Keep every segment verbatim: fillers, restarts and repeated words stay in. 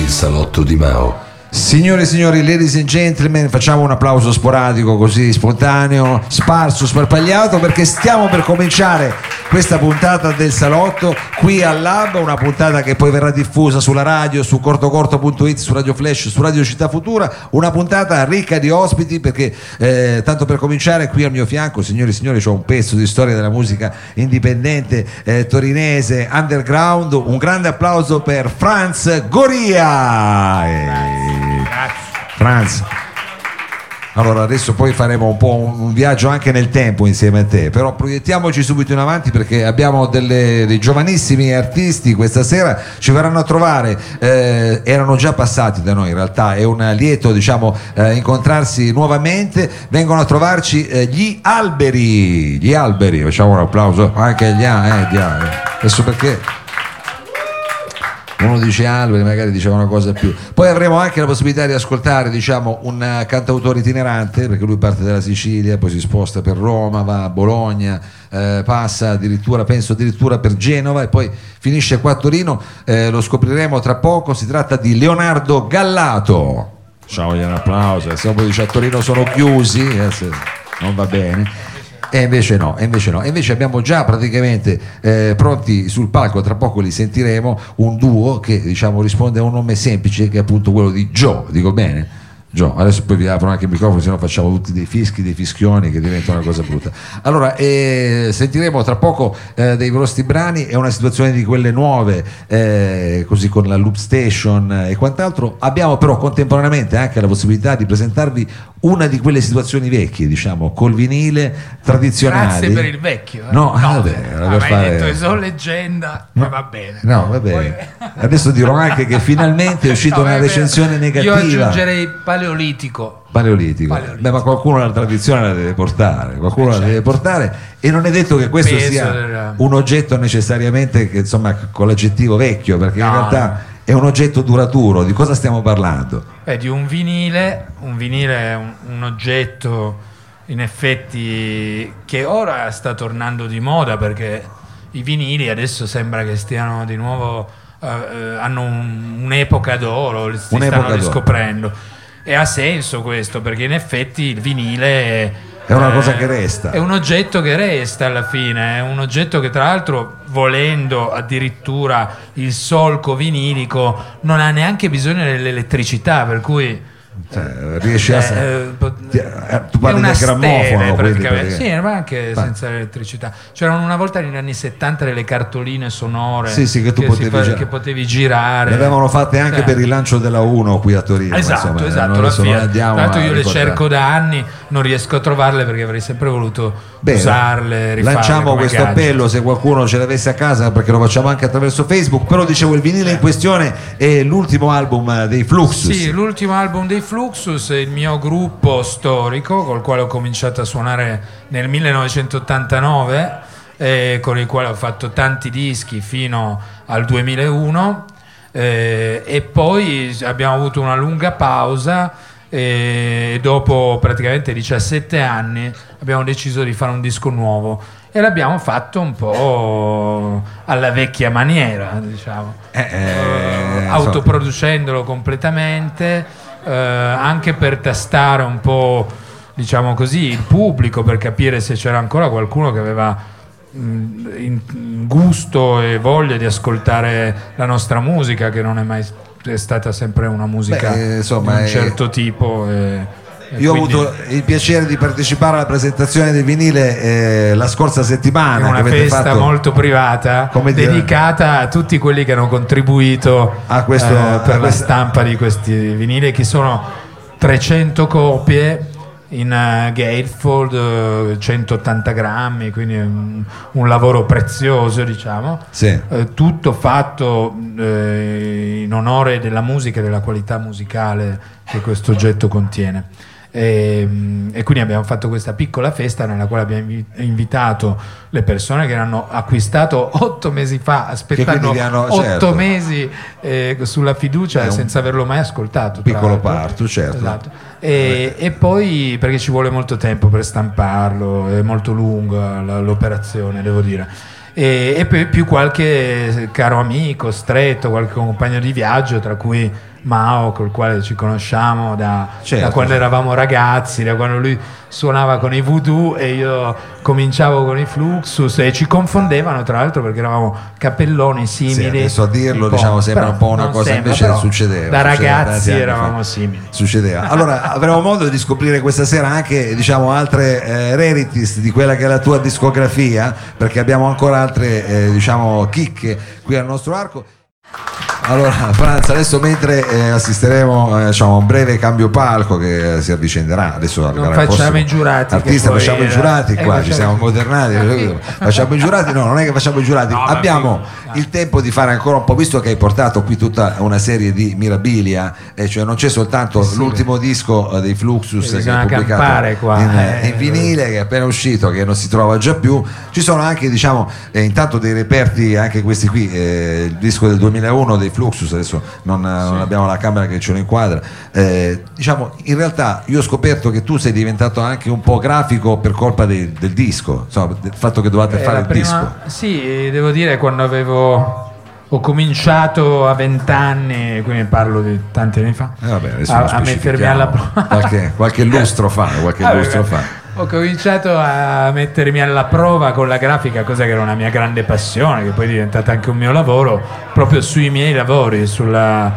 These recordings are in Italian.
il salotto di Mao. Signore e signori, ladies and gentlemen, facciamo un applauso sporadico, così spontaneo, sparso, sparpagliato, perché stiamo per cominciare questa puntata del salotto qui al Lab, una puntata che poi verrà diffusa sulla radio, su cortocorto punto it, su Radio Flash, su Radio Città Futura, una puntata ricca di ospiti, perché eh, tanto per cominciare, qui al mio fianco, signori e signori, c'ho un pezzo di storia della musica indipendente eh, torinese, underground. Un grande applauso per Franz Goria. E... Franz, allora adesso poi faremo un po' un, un viaggio anche nel tempo insieme a te, però proiettiamoci subito in avanti, perché abbiamo delle, dei giovanissimi artisti questa sera, ci verranno a trovare, eh, erano già passati da noi in realtà, è un lieto, diciamo, eh, incontrarsi nuovamente. Vengono a trovarci eh, gli Alberi, gli Alberi, facciamo un applauso anche agli eh, gli Alberi. Adesso perché uno dice Alberi, magari diceva una cosa più. Poi avremo anche la possibilità di ascoltare, diciamo, un cantautore itinerante, perché lui parte dalla Sicilia, poi si sposta per Roma, va a Bologna, eh, passa addirittura, penso addirittura per Genova, e poi finisce qua a Torino. Eh, lo scopriremo tra poco. Si tratta di Leonardo Gallato. Facciamogli un applauso. Se poi dice a Torino sono chiusi, eh, se non va bene. E invece no, e invece no, e invece abbiamo già praticamente eh, pronti sul palco, tra poco li sentiremo, un duo che, diciamo, risponde a un nome semplice, che è appunto quello di Joe, dico bene? Joe, adesso poi vi apro anche il microfono, se no facciamo tutti dei fischi, dei fischioni che diventano una cosa brutta. Allora, eh, sentiremo tra poco eh, dei vostri brani, è una situazione di quelle nuove, eh, così con la Loop Station e quant'altro. Abbiamo però contemporaneamente anche la possibilità di presentarvi una di quelle situazioni vecchie, diciamo, col vinile tradizionale. Grazie per il vecchio. Eh? No, no, vabbè, ah, per ma fare... hai detto che sono leggenda, no, va bene. No, va bene. Poi... Adesso dirò anche che finalmente è uscita no, una recensione negativa. Io aggiungerei paleolitico. Paleolitico. Paleolitico. Beh, ma qualcuno la tradizione la deve portare, qualcuno certo. la deve portare, e non è detto che questo Peso sia della... un oggetto necessariamente che, insomma, con l'aggettivo vecchio, perché no, in realtà no. è un oggetto duraturo. Di cosa stiamo parlando? È di un vinile, un vinile è un, un oggetto in effetti che ora sta tornando di moda, perché i vinili adesso sembra che stiano di nuovo, uh, uh, hanno un, un'epoca d'oro, li un'epoca stanno d'oro. riscoprendo, e ha senso questo, perché in effetti il vinile è, È una eh, cosa che resta. È un oggetto che resta alla fine, è un oggetto che, tra l'altro, volendo addirittura il solco vinilico, non ha neanche bisogno dell'elettricità, per cui cioè, riesci a eh, ti, eh, tu parli del grammofono, praticamente, perché... sì, ma anche ma... senza l'elettricità. C'erano una volta negli anni settanta delle cartoline sonore, sì, sì, che tu che, potevi, fa, gi- che potevi girare. Le avevano fatte anche, cioè, per il lancio della uno qui a Torino. Esatto, insomma, esatto. La Fiat. Tra l'altro io le ricordare. cerco da anni, non riesco a trovarle perché avrei sempre voluto Bene, usarle, rifarle. Lanciamo questo gadget. appello, se qualcuno ce l'avesse a casa, perché lo facciamo anche attraverso Facebook. Però dicevo, il vinile in questione è l'ultimo album dei Fluxus. Sì, l'ultimo album dei Fluxus, il mio gruppo storico col quale ho cominciato a suonare nel millenovecentottantanove, eh, con il quale ho fatto tanti dischi fino al duemilauno, eh, e poi abbiamo avuto una lunga pausa, e dopo praticamente diciassette anni abbiamo deciso di fare un disco nuovo, e l'abbiamo fatto un po' alla vecchia maniera, diciamo, eh, eh, uh, autoproducendolo completamente, Uh, anche per tastare un po', diciamo così, il pubblico, per capire se c'era ancora qualcuno che aveva mh, in, gusto e voglia di ascoltare la nostra musica, che non è mai è stata sempre una musica Beh, insomma, di un è... certo tipo. E, e io quindi... ho avuto il piacere di partecipare alla presentazione del vinile eh, la scorsa settimana. È una che avete festa fatto, molto privata, come dire, dedicata a tutti quelli che hanno contribuito a questo, eh, a per la questa... stampa di questi vinili, che sono trecento copie in uh, gatefold, uh, centottanta grammi, quindi un, un lavoro prezioso, diciamo, sì. eh, tutto fatto eh, in onore della musica e della qualità musicale che questo oggetto contiene. E, e quindi abbiamo fatto questa piccola festa nella quale abbiamo invitato le persone che hanno acquistato otto mesi fa, aspettando hanno, otto certo. mesi eh, sulla fiducia, un, senza averlo mai ascoltato. Piccolo parto, certo. Esatto. E, e poi perché ci vuole molto tempo per stamparlo, è molto lunga l'operazione, devo dire. E, e poi più qualche caro amico stretto, qualche compagno di viaggio, tra cui Mao, col quale ci conosciamo da, certo, da quando certo. eravamo ragazzi, da quando lui suonava con i Voodoo e io cominciavo con i Fluxus, e ci confondevano tra l'altro perché eravamo capelloni simili. Sì, adesso a dirlo un po', diciamo sembra però un po' una non cosa, sembra, invece però succedeva. Da succedeva ragazzi tanti anni eravamo fa. simili. Succedeva. Allora avremo modo di scoprire questa sera anche diciamo altre eh, rarities di quella che è la tua discografia, perché abbiamo ancora altre eh, diciamo chicche qui al nostro arco. Allora Franz, adesso mentre eh, assisteremo eh, diciamo, a un breve cambio palco che eh, si avvicenderà adesso al Non al facciamo i giurati, artista, che poi facciamo i era- giurati eh, qua, facciamo- ci siamo modernati, facciamo i giurati, no non è che facciamo i giurati, No, ma abbiamo sì. il tempo di fare ancora un po', visto che hai portato qui tutta una serie di mirabilia, eh, cioè non c'è soltanto Sì. l'ultimo disco eh, dei Fluxus Che che è bisogna pubblicato campare qua, in, eh. in vinile, che è appena uscito, che non si trova già più, ci sono anche diciamo eh, intanto dei reperti, anche questi qui, eh, il disco del duemilauno dei Fluxus, adesso non, non abbiamo la camera che ce lo inquadra, eh, diciamo in realtà io ho scoperto che tu sei diventato anche un po' grafico per colpa dei- del disco, insomma, del fatto che dovete Eh, fare la il prima- disco. Sì, devo dire quando avevo ho cominciato a vent'anni, quindi parlo di tanti anni fa, Eh, vabbè, adesso a, non a mettermi specifichiamo. alla prova. qualche, qualche lustro fa, qualche Vabbè, lustro fa. Ho cominciato a mettermi alla prova con la grafica, cosa che era una mia grande passione, che poi è diventata anche un mio lavoro, proprio sui miei lavori, sulla,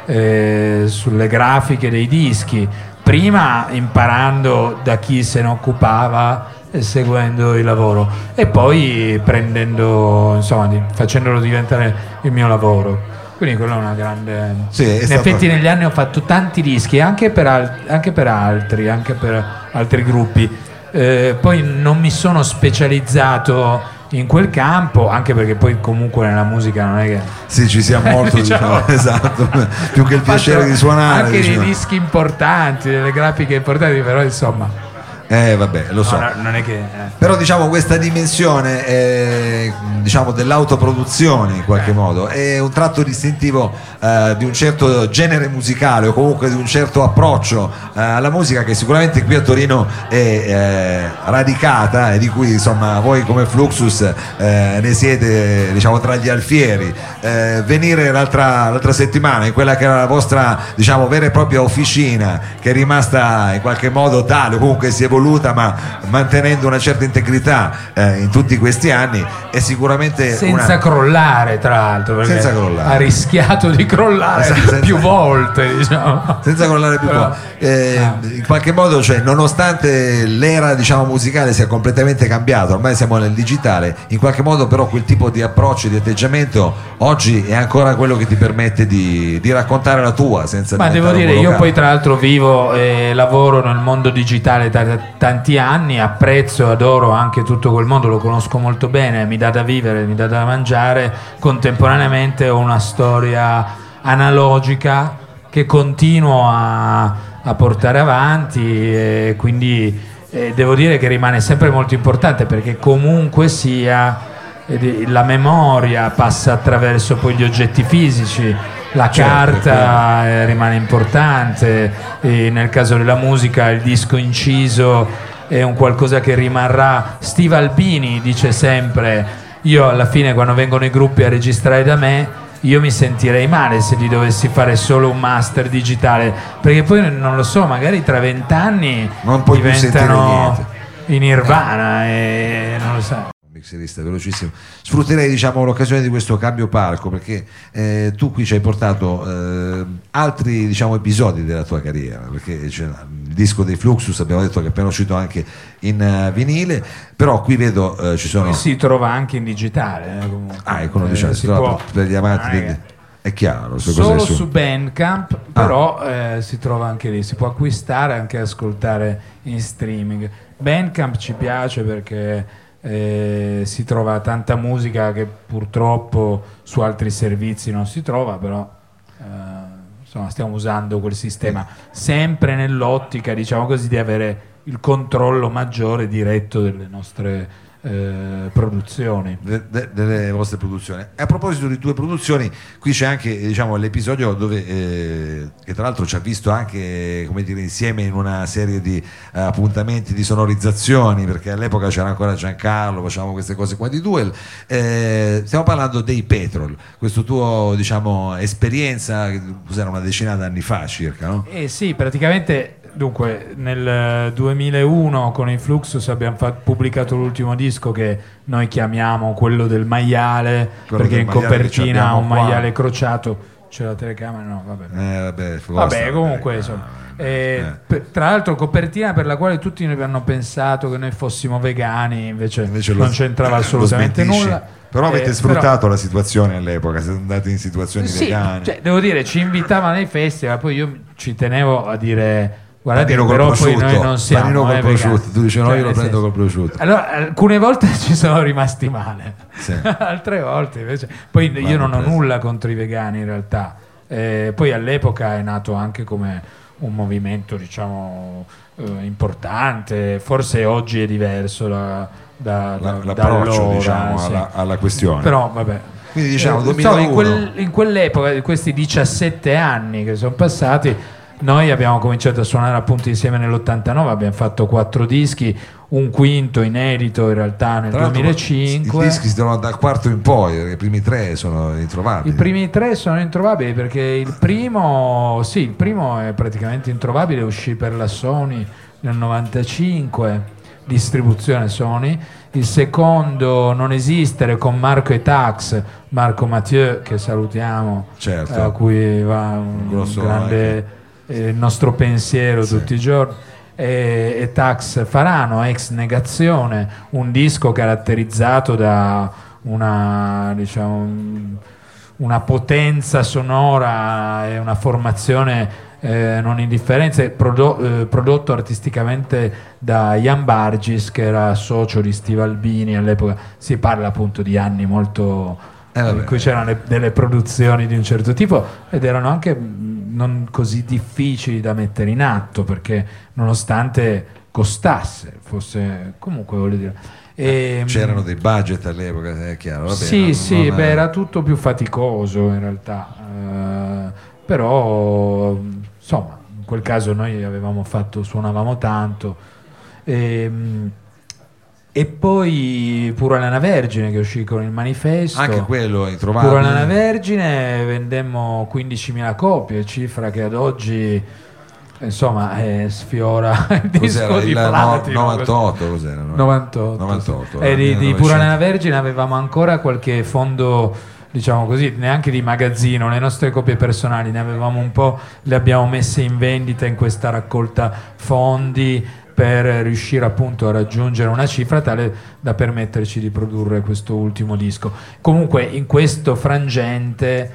eh, sulle grafiche dei dischi. Prima imparando da chi se ne occupava e seguendo il lavoro, e poi prendendo, insomma, di- facendolo diventare il mio lavoro. Quindi quello è una grande. Sì, è In stato- effetti negli anni ho fatto tanti dischi, anche per, al- anche per altri, anche per altri gruppi. Eh, poi non mi sono specializzato in quel campo, anche perché poi comunque nella musica non è che. Sì, ci siamo molto, Diciamo- diciamo, esatto, più che il piacere Faccio di suonare. anche diciamo. dei dischi importanti, delle grafiche importanti, però insomma. Eh vabbè, lo so. no, no, non è che. eh. Però diciamo questa dimensione eh, diciamo dell'autoproduzione in qualche Eh. modo è un tratto distintivo eh, di un certo genere musicale, o comunque di un certo approccio eh, alla musica, che sicuramente qui a Torino è eh, radicata, e di cui insomma voi come Fluxus eh, ne siete diciamo tra gli alfieri. Eh, venire l'altra, l'altra settimana in quella che era la vostra diciamo vera e propria officina, che è rimasta in qualche modo tale, comunque si è evoluta ma mantenendo una certa integrità eh, in tutti questi anni, è sicuramente Senza una... crollare, tra l'altro, perché Senza crollare. ha rischiato di crollare Senza- più volte, diciamo. senza crollare più Però- po'. Eh, Ah. in qualche modo, cioè, nonostante l'era diciamo musicale sia completamente cambiata, ormai siamo nel digitale, in qualche modo però quel tipo di approccio, di atteggiamento oggi è ancora quello che ti permette di, di raccontare la tua senza Ma devo diventare dire, io omologato. poi tra l'altro vivo e lavoro nel mondo digitale da tanti anni, apprezzo, adoro anche tutto quel mondo, lo conosco molto bene, mi dà da vivere, mi dà da mangiare. Contemporaneamente ho una storia analogica che continuo a, a portare avanti, e quindi eh, devo dire che rimane sempre molto importante, perché comunque sia eh, la memoria passa attraverso poi gli oggetti fisici, la Certo, carta eh, rimane importante, e nel caso della musica il disco inciso è un qualcosa che rimarrà. Steve Albini dice sempre: io alla fine quando vengono i gruppi a registrare da me, io mi sentirei male se gli dovessi fare solo un master digitale, perché poi non lo so, magari tra vent'anni Non puoi più sentire diventano niente. in Nirvana e non lo so. Mixerista velocissimo. Sfrutterei diciamo l'occasione di questo cambio palco, perché eh, tu qui ci hai portato eh, altri diciamo episodi della tua carriera, perché cioè, il disco dei Fluxus abbiamo detto che è appena uscito anche in uh, vinile, però qui vedo eh, ci sono Poi si trova anche in digitale, eh, comunque. ah ecco, Eh, diciamo, si si trova può. per, per gli amanti Non è del- che- è chiaro, queste Solo cose su, su- Bandcamp, però eh, si trova anche lì, si può acquistare e anche ascoltare in streaming. Bandcamp ci piace perché eh, si trova tanta musica che purtroppo su altri servizi non si trova, però eh, insomma stiamo usando quel sistema sempre nell'ottica, diciamo così, di avere il controllo maggiore diretto delle nostre eh, produzioni. De, de, delle vostre produzioni. E a proposito di tue produzioni, qui c'è anche, diciamo, l'episodio dove eh, che tra l'altro ci ha visto anche, come dire, insieme in una serie di eh, appuntamenti di sonorizzazioni, perché all'epoca c'era ancora Giancarlo, facevamo queste cose qua di Duel. Eh, stiamo parlando dei Petrol, questo tuo, diciamo, esperienza, cos'era, una decina d'anni fa circa, no? Eh sì, praticamente. Dunque, nel duemilauno con i Fluxus abbiamo fatto, pubblicato l'ultimo disco che noi chiamiamo quello del maiale, quello perché in copertina ha un maiale qua crociato. C'è la telecamera? No, vabbè. Eh, vabbè, vabbè comunque, insomma. Eh, eh. Per, tra l'altro, copertina per la quale tutti noi hanno pensato che noi fossimo vegani, invece, invece non lo, c'entrava assolutamente nulla. Però avete eh, sfruttato però, la situazione all'epoca, siete andati in situazioni sì, vegane. Cioè, devo dire, ci invitavano ai festival, poi io ci tenevo a dire. Guardate, panino però prosciutto, poi noi non siamo panino col eh, prosciutto, tu dici no, cioè, io lo prendo senso, col prosciutto. Allora, alcune volte ci sono rimasti male, sì. Altre volte invece. Poi ma io non ho nulla contro i vegani in realtà. Eh, poi all'epoca è nato anche come un movimento, diciamo, eh, importante. Forse oggi è diverso da, da, la, da, l'approccio, da allora, diciamo, sì. alla, alla questione. Però vabbè. Quindi diciamo eh, duemilauno. In, quel, in quell'epoca, di questi diciassette anni che sono passati, noi abbiamo cominciato a suonare appunto insieme nell'ottantanove, abbiamo fatto quattro dischi, un quinto inedito in realtà nel duemilacinque. I dischi si trovano dal quarto in poi, perché i primi tre sono introvabili. I primi tre sono introvabili perché il primo, sì, il primo è praticamente introvabile, uscì per la Sony nel novantacinque, distribuzione Sony. Il secondo non esistere con Marco e Tax, Marco Mathieu che salutiamo, certo, a cui va un, un grande eh, il nostro pensiero sì. tutti i giorni. E, e Tax Farano, ex Negazione, un disco caratterizzato da una, diciamo, una potenza sonora e una formazione eh, non indifferente, prodo, eh, prodotto artisticamente da Ian Bargis, che era socio di Steve Albini all'epoca. Si parla appunto di anni molto eh, in cui c'erano le, delle produzioni di un certo tipo ed erano anche non così difficili da mettere in atto, perché nonostante costasse, fosse comunque, voglio dire, e, c'erano dei budget all'epoca, è chiaro. Vabbè, sì, non, sì, non beh, è... era tutto più faticoso in realtà, uh, però insomma, in quel caso noi avevamo fatto, suonavamo tanto. E, E poi Pura Lana Vergine che uscì con il manifesto, anche quello introvabile. Pura Lana Vergine vendemmo quindicimila copie, cifra che ad oggi insomma eh, sfiora il disco cos'era, di il platino. novantotto cos'era? novantotto, novantotto e di, di Pura Lana Vergine avevamo ancora qualche fondo, diciamo così, neanche di magazzino, le nostre copie personali ne avevamo un po', le abbiamo messe in vendita in questa raccolta fondi per riuscire appunto a raggiungere una cifra tale da permetterci di produrre questo ultimo disco. Comunque in questo frangente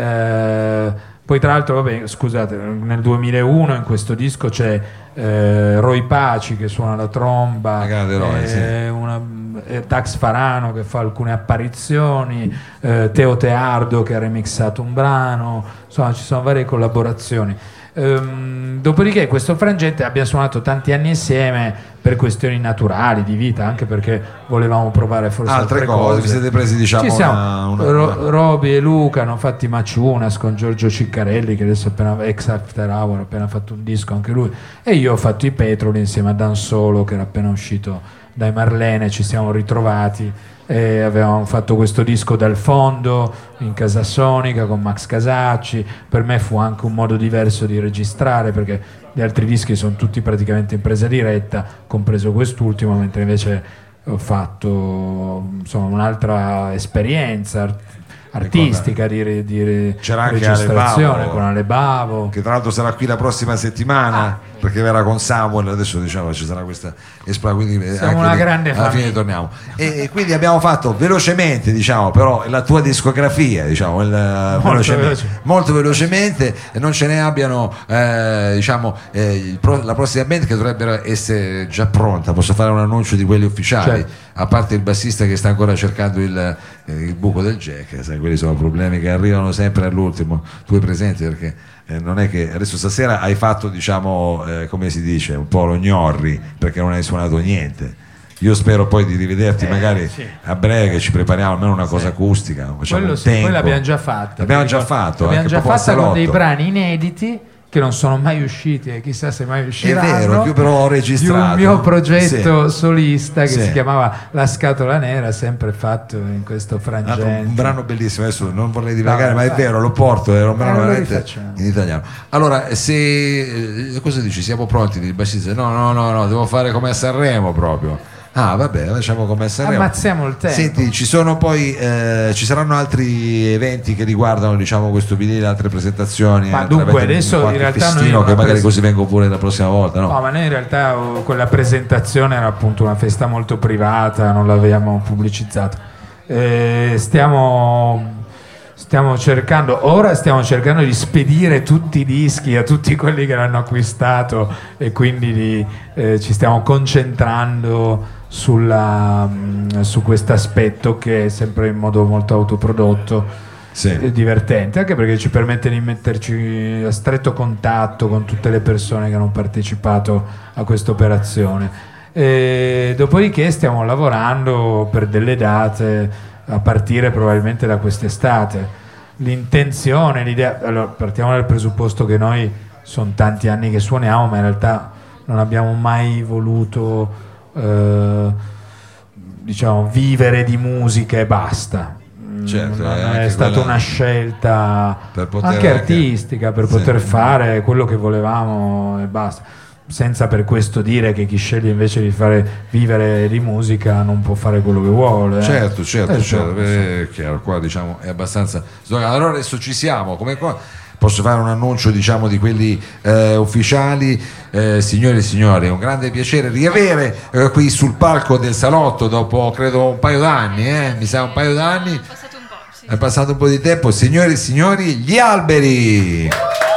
eh, poi tra l'altro, vabbè, scusate, nel duemilauno in questo disco c'è eh, Roy Paci che suona la tromba, Roy, eh, sì. una, eh, Tax Farano che fa alcune apparizioni, eh, Teo Teardo che ha remixato un brano, insomma ci sono varie collaborazioni. Um, dopodiché questo frangente abbiamo suonato tanti anni insieme per questioni naturali di vita, anche perché volevamo provare forse altre, altre cose. cose vi siete presi, diciamo, ci siamo, una, una, Ro, Roby e Luca hanno fatto i Maciunas con Giorgio Ciccarelli che adesso appena ex After Hour ha appena fatto un disco anche lui, e io ho fatto i Petrol insieme a Dan Solo che era appena uscito dai Marlene. Ci siamo ritrovati e avevamo fatto questo disco dal fondo in Casa Sonica con Max Casacci. Per me fu anche un modo diverso di registrare, perché gli altri dischi sono tutti praticamente in presa diretta, compreso quest'ultimo, mentre invece ho fatto insomma un'altra esperienza art- artistica di, di c'era anche registrazione Ale Bavo, con Ale Bavo, che tra l'altro sarà qui la prossima settimana, ah. perché verrà con Samuel, adesso diciamo ci sarà questa esplorazione, quindi siamo una lì, grande alla famiglia. Fine torniamo e, e quindi abbiamo fatto velocemente, diciamo, però la tua discografia, diciamo, il, molto, velocemente, veloce. molto velocemente, e non ce ne abbiano eh, diciamo eh, il pro, la prossima band che dovrebbe essere già pronta. Posso fare un annuncio di quelli ufficiali, certo. A parte il bassista che sta ancora cercando il, eh, il buco del jack, sai, quelli sono problemi che arrivano sempre all'ultimo. Tu hai presente, perché eh, non è che adesso stasera hai fatto, diciamo, eh, come si dice, un po' lo gnorri, perché non hai suonato niente. io spero poi di rivederti Eh, magari sì. a breve, che ci prepariamo almeno una cosa acustica, facciamo Quello un sì, poi tempo. l'abbiamo già fatta. L'abbiamo ti già ricordo? fatto, L'abbiamo anche già proprio al fatta con dei salotto. brani inediti che non sono mai usciti e chissà se mai È usciranno. vero, che io però ho registrato. Di un mio progetto Sì. solista che Sì. si chiamava La Scatola Nera, sempre fatto in questo Ah, frangente. un brano bellissimo, adesso non vorrei divagare, No, ma è vai. vero, lo porto, era un brano Eh, lo veramente rifacciamo. in italiano. Allora, se eh, cosa dici? Siamo pronti di bassista? No, no, no, no, devo fare come a Sanremo proprio. Ah, vabbè, facciamo come a Sanremo. Ammazziamo il tempo. Senti, ci sono poi eh, ci saranno altri eventi che riguardano, diciamo, questo vinile, altre presentazioni. Ma altre- dunque, avete adesso in qualche realtà noi festino una che magari pres- così vengo pure la prossima volta, no? No, ma noi in realtà oh, quella presentazione era appunto una festa molto privata, non l'abbiamo pubblicizzata. Eh, stiamo, stiamo cercando, ora stiamo cercando di spedire tutti i dischi a tutti quelli che l'hanno acquistato e quindi di, eh, ci stiamo concentrando sulla, mh, su questo aspetto che è sempre in modo molto autoprodotto. Sì. È divertente anche perché ci permette di metterci a stretto contatto con tutte le persone che hanno partecipato a questa operazione. E dopodiché stiamo lavorando per delle date a partire probabilmente da quest'estate. L'intenzione, l'idea, allora partiamo dal presupposto che noi sono tanti anni che suoniamo, ma in realtà non abbiamo mai voluto eh, diciamo vivere di musica e basta. Certo, Non è è anche stata quella- una scelta per poter anche anche- artistica per Sì. poter fare quello che volevamo e basta, senza per questo dire che chi sceglie invece di fare vivere di musica non può fare quello che vuole, eh. Certo, certo, Eh, certo, insomma, è chiaro, qua diciamo è abbastanza. Allora adesso ci siamo, come qua posso fare un annuncio, diciamo, di quelli eh, ufficiali. Eh, signore e signori, è un grande piacere riavere eh, qui sul palco del salotto dopo credo un paio d'anni, eh? mi sa un paio d'anni, È passato un po', sì. è passato un po' di tempo, signore e signori, gli Alberi.